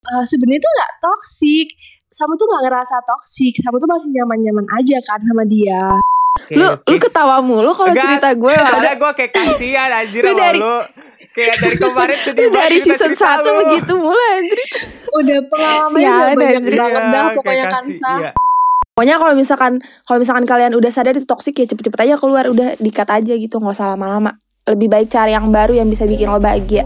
sebenarnya tuh nggak toksik. Sama tuh nggak ngerasa toksik. Sama tuh masih nyaman-nyaman aja kan sama dia. Lu ketawa mulu kalau cerita gue. Soalnya gue kayak kasihan anjir sama lu. Kayak dari kemarin sedih banget. Dari season 1 begitu mulai anjir. Udah pengalamannya banyak banget dah pokoknya Kansa. Iya. Pokoknya kalau misalkan kalian udah sadar itu toksik ya cepet-cepet aja keluar, udah di-cut aja gitu, nggak usah lama-lama. Lebih baik cari yang baru yang bisa bikin lo bahagia.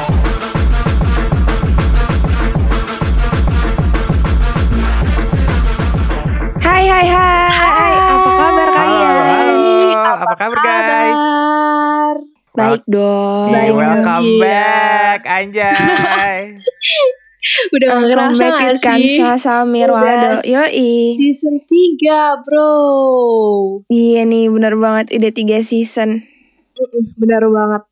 Hai. Apa kabar kalian? Apa kabar guys? Baik dong. Welcome back Anjay. Udah ngerasa gak sih? Kansa Samir Waldo. Yoi. Season 3 bro. Iya nih bener banget. Udah 3 season. Bener banget.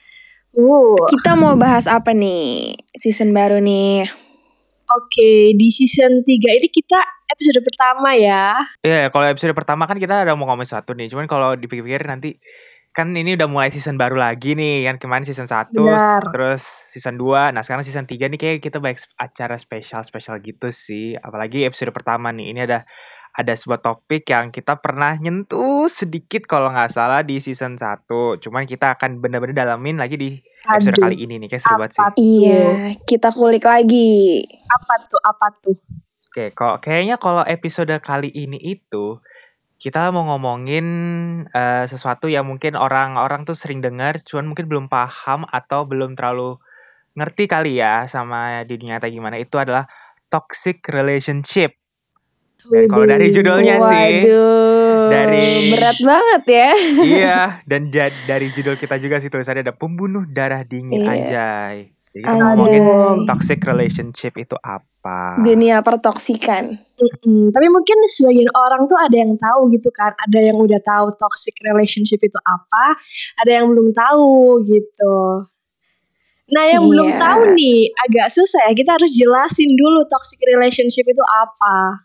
Kita mau bahas apa nih? Season baru nih. Oke, di season 3 ini kita episode pertama ya. Iya, kalau episode pertama kan kita ada mau ngomong satu nih. Cuman kalau dipikir-pikir nanti kan ini udah mulai season baru lagi nih. Kan kemarin season 1, terus season 2. Nah sekarang season 3 nih kayak kita banyak acara spesial gitu sih. Apalagi episode pertama nih. Ini ada sebuah topik yang kita pernah nyentuh sedikit kalau gak salah di season 1. Cuman kita akan benar-benar dalamin lagi di episode kali ini nih. Kayak seru banget sih. Iya, kita kulik lagi. Apa tuh? Oke, kayaknya kalau episode kali ini itu kita mau ngomongin sesuatu yang mungkin orang-orang tuh sering dengar, cuman mungkin belum paham atau belum terlalu ngerti kali ya sama di dunia nyata gimana. Itu adalah toxic relationship. Dan kalau dari judulnya sih, dari berat banget ya. Iya, dan dari judul kita juga sih tulisannya ada pembunuh darah dingin. Anjay. Jadi kita ngomongin toxic relationship itu apa? Dunia pertoksikan. Tapi mungkin sebagian orang tuh ada yang tahu gitu kan. Ada yang udah tahu toxic relationship itu apa. Ada yang belum tahu gitu. Nah yang belum tahu nih agak susah ya. Kita harus jelasin dulu toxic relationship itu apa.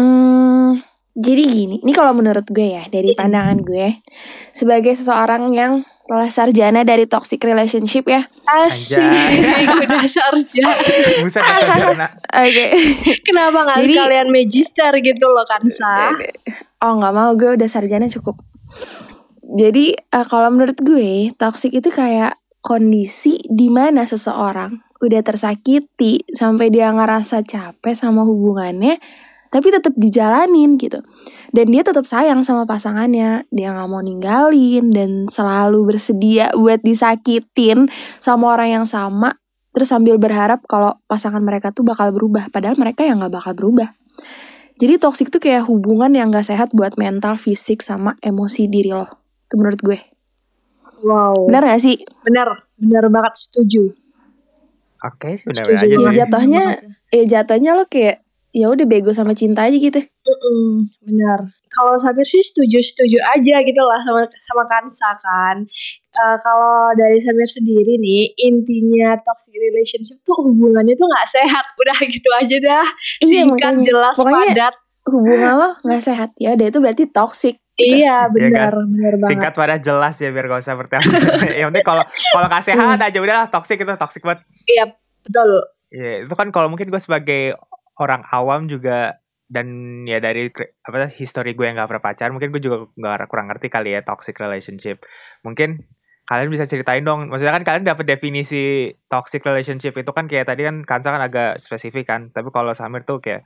Jadi gini, ini kalau menurut gue ya, dari pandangan gue sebagai seseorang yang telah sarjana dari toxic relationship ya. Asik, udah sarjana. Buset sarjana. Oke. Kenapa gak sekalian magister gitu loh Kansa? Oh gak mau, gue udah sarjana cukup. Jadi kalau menurut gue toxic itu kayak kondisi di mana seseorang udah tersakiti sampai dia ngerasa capek sama hubungannya, tapi tetap dijalanin gitu. Dan dia tetap sayang sama pasangannya. Dia gak mau ninggalin dan selalu bersedia buat disakitin sama orang yang sama. Terus sambil berharap kalau pasangan mereka tuh bakal berubah. Padahal mereka yang gak bakal berubah. Jadi toksik tuh kayak hubungan yang gak sehat buat mental, fisik, sama emosi diri lo. Itu menurut gue. Wow. Benar gak sih? Benar banget, setuju. Oke, benar aja. Jatuhnya lo kayak ya udah bego sama cinta aja gitu. Benar. Kalau Samir sih setuju aja gitu lah sama Kansa kan. Kalau dari Samir sendiri nih, intinya toxic relationship tuh hubungannya tuh nggak sehat. Udah gitu aja dah. Singkat, jelas, padat. Hubungan lo nggak sehat ya, udah itu berarti toxic. Gitu. Iya benar banget. Singkat padat jelas ya biar gak usah bertemu. Yang penting kalau gak sehat aja udahlah toxic banget. Iya betul. Iya itu kan kalau mungkin gue sebagai orang awam juga dan ya dari history gue yang gak pernah pacaran, mungkin gue juga kurang ngerti kali ya toxic relationship. Mungkin kalian bisa ceritain dong, maksudnya kan kalian dapat definisi toxic relationship itu kan kayak tadi kan Kansa kan agak spesifik kan, tapi kalau Samir tuh kayak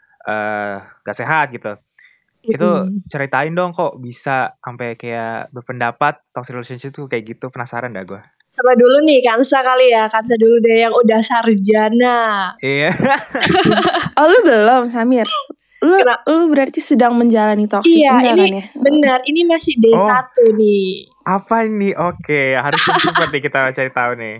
gak sehat gitu. Itu ceritain dong kok bisa sampai kayak berpendapat toxic relationship tuh kayak gitu, penasaran dah gue. Sama dulu nih Kansa kali ya. Kansa dulu deh yang udah sarjana. Iya. Oh lu belum Samir? Lu berarti sedang menjalani toxic. Iya ini ya? Benar. Ini masih D1 nih. Apa ini? Oke, harus cepat nih kita cari tahu nih.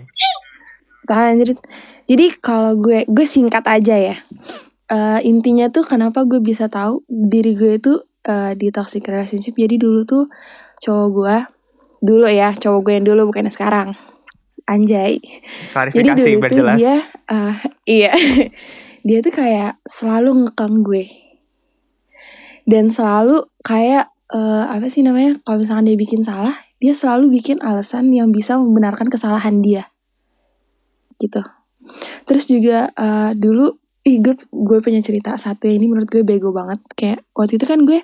Jadi kalau gue singkat aja ya. Intinya tuh kenapa gue bisa tahu diri gue tuh di toxic relationship. Jadi dulu tuh cowok gue yang dulu bukan yang sekarang. Anjay. Klarifikasi. Jadi dulu tuh berjelas. dia dia tuh kayak selalu ngekang gue. Dan selalu kayak apa sih namanya? Kalau misalkan dia bikin salah, dia selalu bikin alasan yang bisa membenarkan kesalahan dia. Gitu. Terus juga dulu gue punya cerita satu ini menurut gue bego banget. Kayak waktu itu kan gue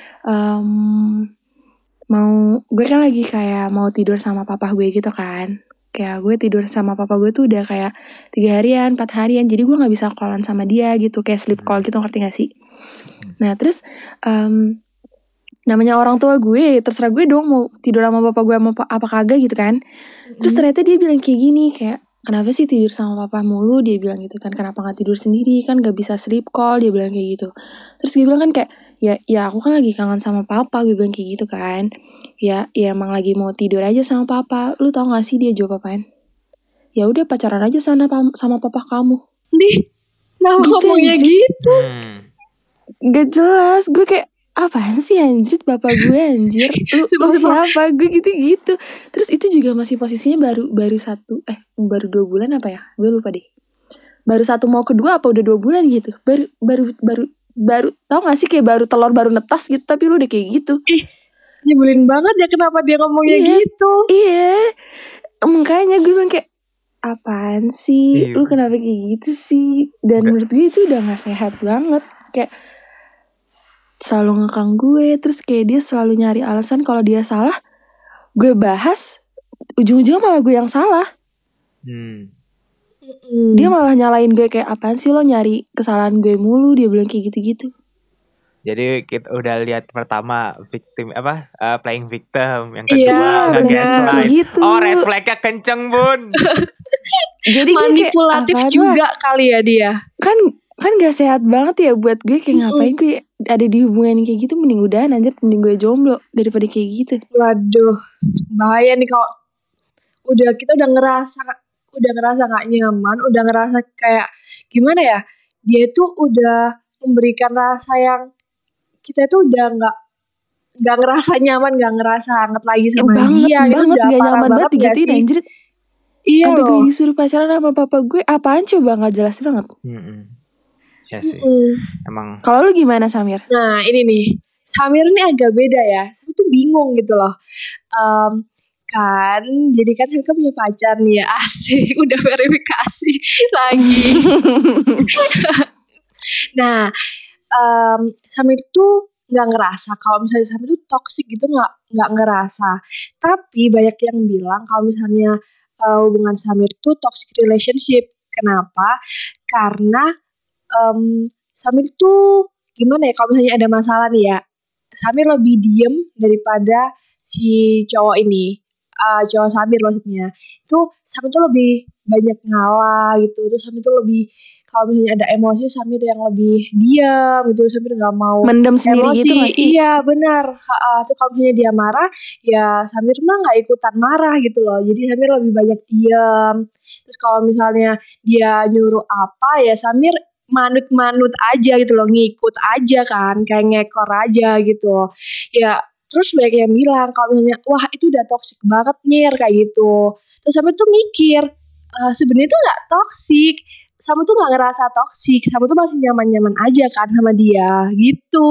gue kan lagi kayak mau tidur sama papa gue gitu kan. Kayak gue tidur sama papa gue tuh udah kayak 3 harian, 4 harian. Jadi gue gak bisa callan sama dia gitu. Kayak sleep call gitu, ngerti gak sih? Nah terus namanya orang tua gue, terserah gue dong mau tidur sama papa gue apa kagak gitu kan. Terus ternyata dia bilang kayak gini, kayak kenapa sih tidur sama papa mulu, dia bilang gitu kan. Kenapa gak tidur sendiri, kan gak bisa sleep call, dia bilang kayak gitu. Terus gue bilang kan kayak ya aku kan lagi kangen sama papa, gue bilang kayak gitu kan. Ya emang lagi mau tidur aja sama papa. Lu tau gak sih dia jawab apaan? Ya udah pacaran aja sama papa kamu. Nah gitu ngomongnya anjir. gitu. Gak jelas. Gue kayak apaan sih anjir, bapak gue anjir. Lu siapa? Gue gitu. Terus itu juga masih posisinya baru 2 bulan apa ya? Gue lupa deh. Baru 1 mau kedua apa udah 2 bulan gitu. Baru tau gak sih kayak baru telur baru netas gitu, tapi lu udah kayak gitu. Nyebelin banget ya kenapa dia ngomongnya gitu. Iya. Makanya gue bilang kayak apaan sih? Lu kenapa kayak gitu sih? Dan menurut gue itu udah gak sehat banget. Kayak selalu ngekang gue, terus kayak dia selalu nyari alasan kalau dia salah. Gue bahas, ujung-ujungnya malah gue yang salah. Dia malah nyalain gue kayak apaan sih lo nyari kesalahan gue mulu, dia bilang kayak gitu-gitu. Jadi kita udah lihat pertama playing victim, yang kedua gaslight. Gitu. Oh, red flagnya kenceng bun. Jadi manipulatif kayak, juga kali ya dia. Kan gak sehat banget ya buat gue, kayak ngapain gue ada di hubungan kayak gitu, mending udahan anjir, mending gue jomblo daripada kayak gitu. Waduh, bahaya nih kalau kita udah ngerasa gak nyaman, udah ngerasa kayak gimana ya, dia tuh udah memberikan rasa yang kita tuh udah nggak ngerasa nyaman, nggak ngerasa hangat lagi sama dia gitu, udah gak parah nyaman banget digatiin anjir. Iya sampai gue disuruh pacaran sama papa gue, apaan coba, nggak jelas banget. Ya sih. Emang. Kalau lu gimana Samir? Nah ini nih, Samir nih agak beda ya. Samir tuh bingung gitu loh. Kan, jadi kan Samir kan punya pacar nih ya, asik, udah verifikasi lagi. Nah, Samir tuh nggak ngerasa kalau misalnya Samir tuh toxic gitu, nggak ngerasa. Tapi banyak yang bilang kalau misalnya hubungan Samir tuh toxic relationship. Kenapa? Karena Samir tuh gimana ya, kalau misalnya ada masalah nih ya, Samir lebih diem daripada si cowok ini, cowok Samir maksudnya. Itu Samir tuh lebih banyak ngalah gitu. Terus Samir tuh lebih, kalau misalnya ada emosi, Samir yang lebih diam gitu. Samir nggak mau mendem sendiri emosi. Gitu gak sih? Iya benar. Tuh kalau misalnya dia marah, ya Samir mah nggak ikutan marah gitu loh. Jadi Samir lebih banyak diam. Terus kalau misalnya dia nyuruh apa, ya Samir manut aja gitu loh, ngikut aja kan, kayak ngekor aja gitu. Ya terus banyak yang bilang kalau misalnya wah itu udah toksik banget Mir kayak gitu. Terus Samir tuh mikir sebenarnya tuh nggak toksik, Samir tuh nggak ngerasa toksik, Samir tuh masih nyaman-nyaman aja kan sama dia gitu.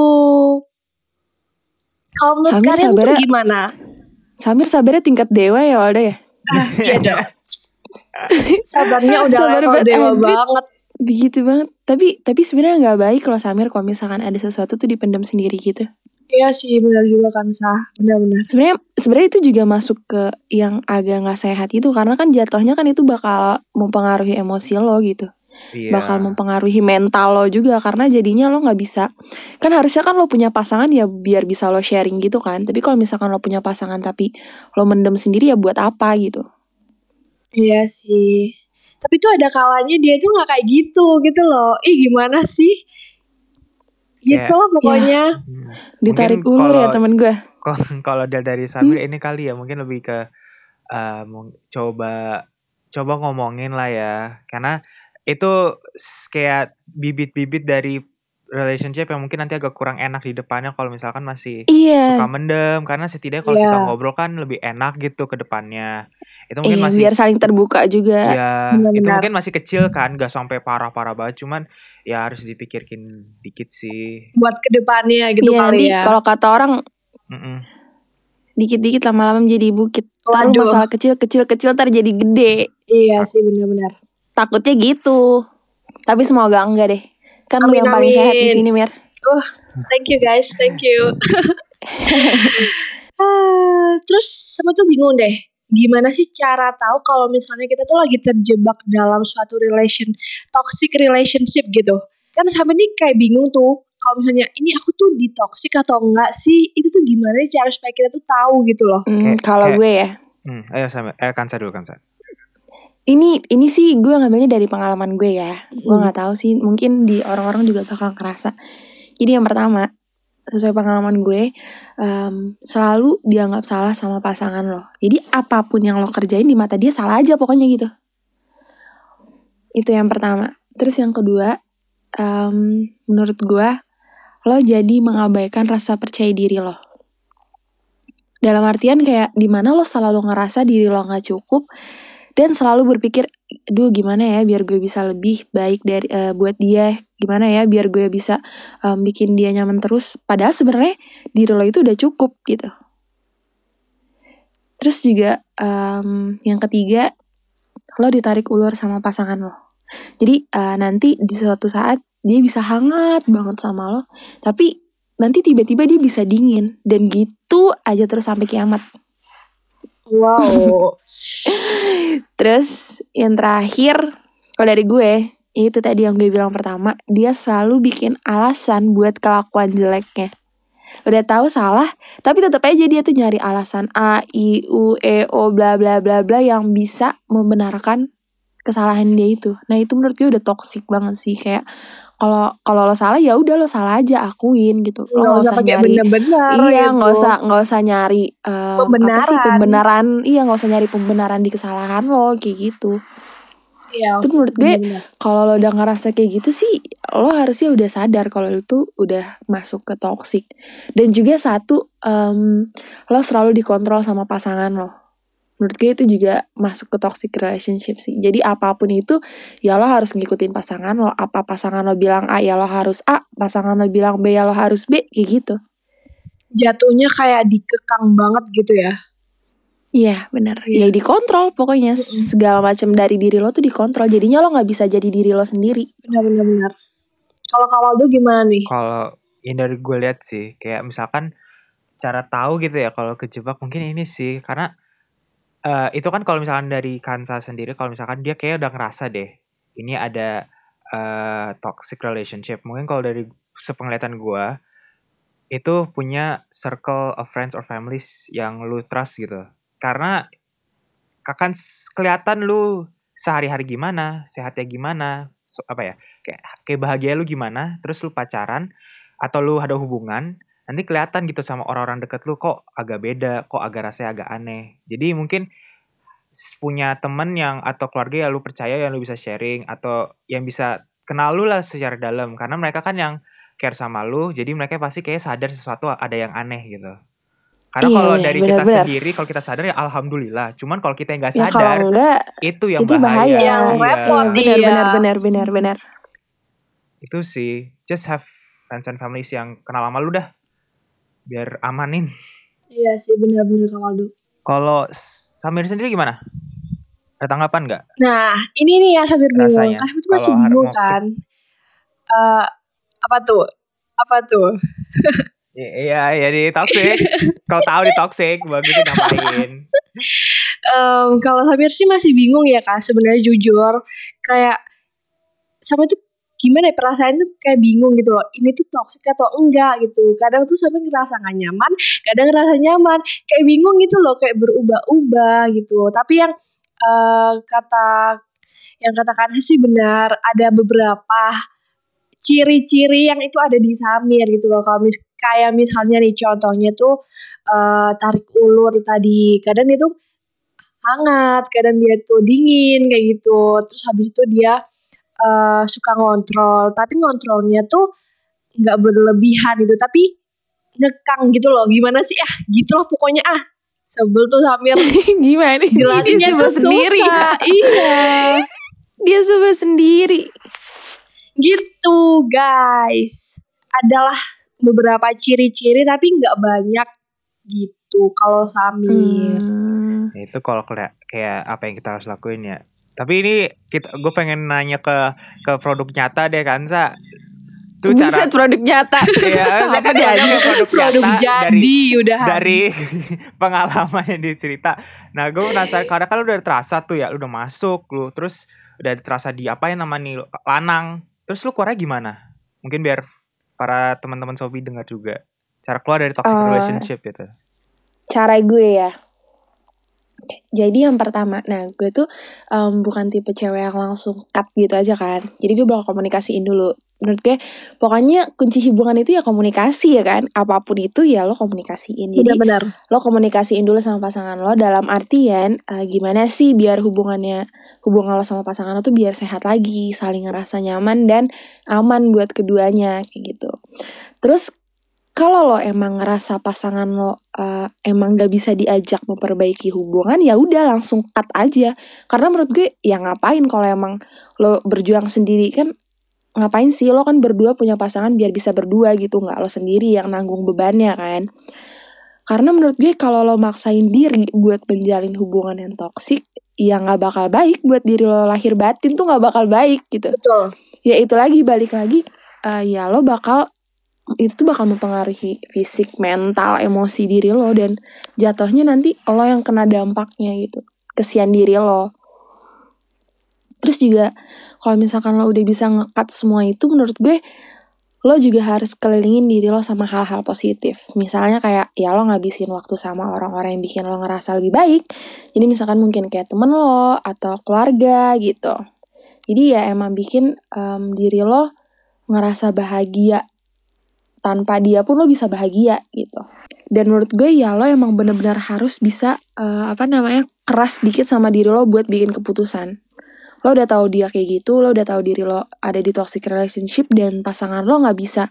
Kalau menurut kalian tuh gimana? Samir sabarnya tingkat dewa ya Walda ya? Iya dong. Sabarnya udah level dewa banget. Begitu banget. Tapi sebenarnya nggak baik kalau Samir kalau misalkan ada sesuatu tuh dipendam sendiri gitu. Iya sih, benar juga kan Sah, benar-benar. Sebenarnya itu juga masuk ke yang agak nggak sehat itu, karena kan jatuhnya kan itu bakal mempengaruhi emosi lo gitu. Iya. Bakal mempengaruhi mental lo juga, karena jadinya lo nggak bisa. Kan harusnya kan lo punya pasangan ya biar bisa lo sharing gitu kan. Tapi kalau misalkan lo punya pasangan tapi lo mendem sendiri ya buat apa gitu. Iya sih. Tapi tuh ada kalanya dia tuh gak kayak gitu loh. Gimana sih? Gitu loh pokoknya. Ditarik ulur ya temen gue. Kalau dari Samir ini kali ya, mungkin lebih ke coba ngomongin lah ya. Karena itu kayak bibit-bibit dari relationship yang mungkin nanti agak kurang enak di depannya kalau misalkan masih suka mendem. Karena setidaknya kalau kita ngobrol kan lebih enak gitu ke depannya. Itu mungkin masih biar saling terbuka juga. Ya, itu mungkin masih kecil kan, gak sampai parah-parah banget, cuman ya harus dipikirkin dikit sih. Buat kedepannya gitu kali ya. Kalau kata orang, dikit-dikit lama-lama menjadi bukit. Lalu masalah kecil-kecil ntar jadi gede. Iya sih benar-benar. Takutnya gitu. Tapi semoga enggak deh. Kan lu yang paling sehat di sini, Mir. Thank you guys, thank you. Terus sama tuh bingung deh, gimana sih cara tahu kalau misalnya kita tuh lagi terjebak dalam suatu toxic relationship gitu. Kan sampai nih kayak bingung tuh, kalau misalnya ini aku tuh di toxic atau enggak sih, itu tuh gimana sih cara supaya kita tuh tahu gitu loh. Kalau gue ya. Ayo sama, Kansa dulu, Kansa. Ini sih gue ngambilnya dari pengalaman gue ya. Gue nggak tahu sih, mungkin di orang-orang juga bakal ngerasa. Jadi yang pertama, sesuai pengalaman gue, selalu dianggap salah sama pasangan lo. Jadi apapun yang lo kerjain di mata dia salah aja pokoknya gitu. Itu yang pertama. Terus yang kedua, menurut gue, lo jadi mengabaikan rasa percaya diri lo. Dalam artian kayak dimana lo selalu ngerasa diri lo gak cukup dan selalu berpikir, aduh gimana ya biar gue bisa lebih baik dari buat dia, gimana ya biar gue bisa bikin dia nyaman terus. Padahal sebenarnya diri lo itu udah cukup gitu. Terus juga yang ketiga, lo ditarik ulur sama pasangan lo. Jadi nanti di suatu saat dia bisa hangat banget sama lo, tapi nanti tiba-tiba dia bisa dingin. Dan gitu aja terus sampai kiamat. Wow. Terus yang terakhir, kalau dari gue, itu tadi yang gue bilang pertama, dia selalu bikin alasan buat kelakuan jeleknya. Udah tahu salah, tapi tetap aja dia tuh nyari alasan A, I, U, E, O, bla bla bla bla yang bisa membenarkan kesalahan dia itu. Nah itu menurut gue udah toxic banget sih. Kayak kalau lo salah ya udah lo salah aja, akuin gitu. Lo nggak usah pakai bener-bener. Iya, nggak usah nyari pembenaran. Iya, nggak usah nyari pembenaran di kesalahan lo kayak gitu. Iya, itu menurut gue kalau lo udah ngerasa kayak gitu sih, lo harusnya udah sadar kalau lo tuh udah masuk ke toxic. Dan juga satu, lo selalu dikontrol sama pasangan lo. Menurut gue itu juga masuk ke toxic relationship sih. Jadi apapun itu ya lo harus ngikutin pasangan lo. Apa pasangan lo bilang A ya lo harus A, pasangan lo bilang B ya lo harus B, kayak gitu. Jatuhnya kayak dikekang banget gitu ya. Iya benar. Ya dikontrol pokoknya. Segala macam dari diri lo tuh dikontrol. Jadinya lo gak bisa jadi diri lo sendiri. Benar. Kalau Kawaldo gimana nih? Kalau yang dari gue lihat sih, kayak misalkan cara tahu gitu ya kalau kejebak mungkin ini sih. Karena itu kan kalau misalkan dari Kansa sendiri, kalau misalkan dia kayak udah ngerasa deh ini ada toxic relationship. Mungkin kalau dari sepenglihatan gue, itu punya circle of friends or families yang lu trust gitu. Karena akan kelihatan lu sehari-hari gimana, sehatnya gimana, kayak bahagia lu gimana, terus lu pacaran atau lu ada hubungan, nanti kelihatan gitu sama orang-orang deket lu kok agak beda, kok agak rasanya agak aneh. Jadi mungkin punya temen yang atau keluarga yang lu percaya, yang lu bisa sharing atau yang bisa kenal lu lah secara dalam, karena mereka kan yang care sama lu, jadi mereka pasti kayak sadar sesuatu ada yang aneh gitu. Karena kalau dari kita sendiri, kalau kita sadar ya alhamdulillah. Cuman kalau kita nggak sadar, enggak, itu yang bahaya. Yang repot. Benar. Itu sih, just have friends and families yang kenal sama lu dah, biar amanin. Iya sih, benar-benar Kawaldo. Kalau Samir sendiri gimana? Ada tanggapan nggak? Nah, ini nih ya Samir bingung. Kamu tuh masih bingung kan? Apa tuh? Iya, di toxic. Kalau tahu di toxic, bagusnya ngapain? Kalau Samir sih masih bingung ya Kak. Sebenarnya jujur, kayak sama itu gimana ya, perasaan tuh kayak bingung gitu loh. Ini tuh toxic atau enggak gitu. Kadang tuh Samir ngerasa gak nyaman, kadang ngerasa nyaman. Kayak bingung gitu loh, kayak berubah-ubah gitu. Tapi yang kata Kansa sih benar, ada beberapa ciri-ciri yang itu ada di Samir gitu loh. Kalau kayak misalnya nih contohnya tuh tarik ulur tadi, kadang itu hangat, kadang dia tuh dingin kayak gitu. Terus habis itu dia suka ngontrol, tapi ngontrolnya tuh nggak berlebihan gitu, tapi ngekang gitu loh. Gimana sih gitu loh pokoknya sebel tuh Samir. Gimana jelasinnya tuh sendiri. Susah. Iya, dia sebel sendiri gitu guys. Adalah beberapa ciri-ciri tapi nggak banyak gitu kalau Samir. Itu kalau kayak apa yang kita harus lakuin ya. Tapi ini gue pengen nanya ke produk nyata deh Kansa. Itu Buset, produk nyata. Iya, Apa dia aja Produk jadi udah. dari pengalaman yang dicerita. Nah, gue merasa karena kan lu udah terasa tuh ya, lu udah masuk lu, terus udah terasa di apa yang namanya lanang. Terus lu keluarnya gimana? Mungkin biar para teman-teman Sobi dengar juga cara keluar dari toxic relationship gitu. Cara gue ya. Jadi yang pertama, nah gue tuh bukan tipe cewek yang langsung cut gitu aja kan. Jadi gue bakal komunikasiin dulu. Menurut gue pokoknya kunci hubungan itu ya komunikasi ya kan. Apapun itu ya lo komunikasiin. Jadi Benar. lo komunikasiin dulu sama pasangan lo dalam artian gimana sih biar hubungan lo sama pasangan lo tuh biar sehat lagi, saling ngerasa nyaman dan aman buat keduanya kayak gitu. Terus kalau lo emang ngerasa pasangan lo emang gak bisa diajak memperbaiki hubungan, ya udah langsung cut aja. Karena menurut gue ya ngapain kalau emang lo berjuang sendiri kan, ngapain sih lo kan berdua punya pasangan biar bisa berdua gitu, nggak lo sendiri yang nanggung bebannya kan. Karena menurut gue kalau lo maksain diri buat menjalin hubungan yang toksik, ya nggak bakal baik buat diri lo lahir batin tuh nggak bakal baik gitu. Betul. Ya itu lagi balik lagi, ya lo itu tuh bakal mempengaruhi fisik, mental, emosi diri lo dan jatuhnya nanti lo yang kena dampaknya gitu. Kesian diri lo. Terus juga kalau misalkan lo udah bisa nge-cut semua itu, menurut gue lo juga harus kelilingin diri lo sama hal-hal positif. Misalnya kayak ya lo ngabisin waktu sama orang-orang yang bikin lo ngerasa lebih baik. Jadi misalkan mungkin kayak temen lo atau keluarga gitu. Jadi ya emang bikin diri lo ngerasa bahagia. Tanpa dia pun lo bisa bahagia gitu. Dan menurut gue ya lo emang bener-bener harus bisa keras dikit sama diri lo buat bikin keputusan. Lo udah tahu dia kayak gitu, lo udah tahu diri lo ada di toxic relationship dan pasangan lo nggak bisa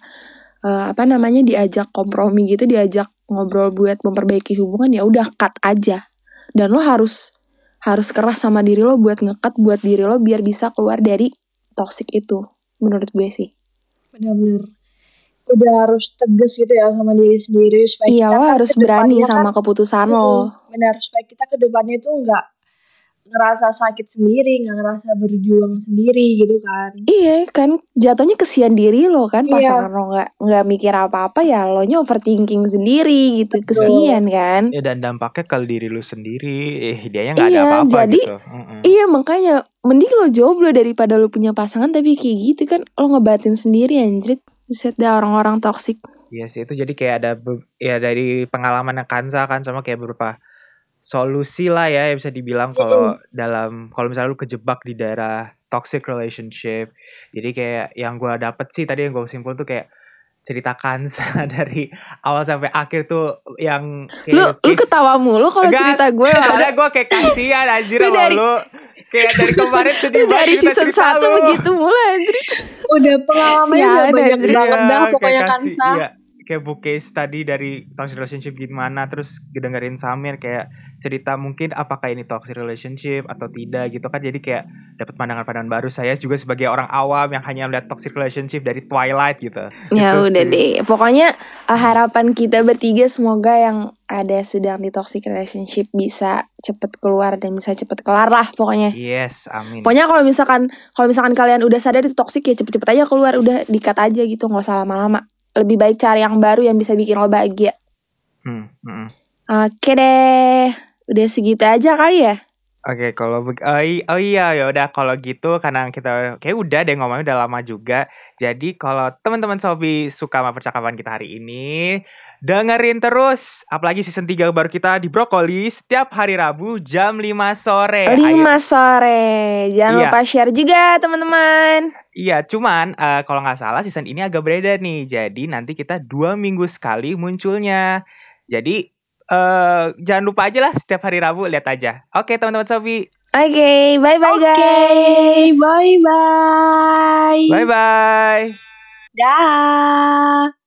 diajak kompromi gitu, diajak ngobrol buat memperbaiki hubungan, ya udah cut aja. Dan lo harus keras sama diri lo buat nge-cut buat diri lo biar bisa keluar dari toxic itu. Menurut gue sih. Benar-benar. Udah harus tegas gitu ya sama diri sendiri supaya iya, kita lo harus berani sama kan, keputusan lo. Benar, supaya kita ke depannya itu nggak ngerasa sakit sendiri, nggak ngerasa berjuang sendiri gitu kan. Iya kan, jatuhnya kesian diri lo kan, pasangan lo nggak mikir apa-apa ya, lo nya overthinking sendiri gitu. Betul. Kesian kan. Ya dan dampaknya ke diri lo sendiri, dianya nggak ada apa-apa jadi, gitu. Iya makanya mending lo jomblo daripada lo punya pasangan tapi kayak gitu kan, lo ngebatin sendiri anjrit. Buset dah orang-orang toksik. Iya sih, itu jadi kayak ada ya dari pengalaman yang Kansa kan sama kayak beberapa solusi lah ya yang bisa dibilang kalau misalnya lu kejebak di daerah toxic relationship. Jadi kayak yang gue dapet sih tadi yang gue simpul tuh kayak cerita Kansa dari awal sampai akhir tuh yang kayak lu ketawa mulu kalau cerita gue. Soalnya gue kayak kasihan anjir sama lu. Kayak dari kemarin sedih banget dari season 1 begitu mulai anjir. Udah pengalamannya udah banyak banget dah pokoknya Kansa. Iya, kayak book case tadi dari toxic relationship gimana, terus dengerin Samir kayak cerita mungkin apakah ini toxic relationship atau tidak gitu kan. Jadi kayak dapat pandangan-pandangan baru. Saya juga sebagai orang awam yang hanya melihat toxic relationship dari Twilight gitu. Ya gitu udah sih. deh. Pokoknya harapan kita bertiga semoga yang ada sedang di toxic relationship bisa cepet keluar dan bisa cepet kelar lah pokoknya. Yes, amin. Pokoknya kalau misalkan kalian udah sadar itu toxic ya cepet-cepet aja keluar, udah di-cut aja gitu, nggak usah lama-lama. Lebih baik cari yang baru yang bisa bikin lo bahagia. Oke deh. Udah segitu aja kali ya. Oke, kalau iya ya udah kalau gitu karena kita kayak udah deh ngomongnya udah lama juga. Jadi kalau teman-teman Sobi suka sama percakapan kita hari ini, dengerin terus apalagi season 3 baru kita di Brokoli setiap hari Rabu jam 5 sore. 5 sore. Jangan lupa share juga teman-teman. Iya, cuman kalau nggak salah season ini agak beda nih. Jadi nanti kita 2 minggu sekali munculnya. Jadi jangan lupa aja lah setiap hari Rabu lihat aja. Oke, teman-teman Sobi. Oke, bye-bye guys. Oke, bye-bye. Bye-bye. Dah.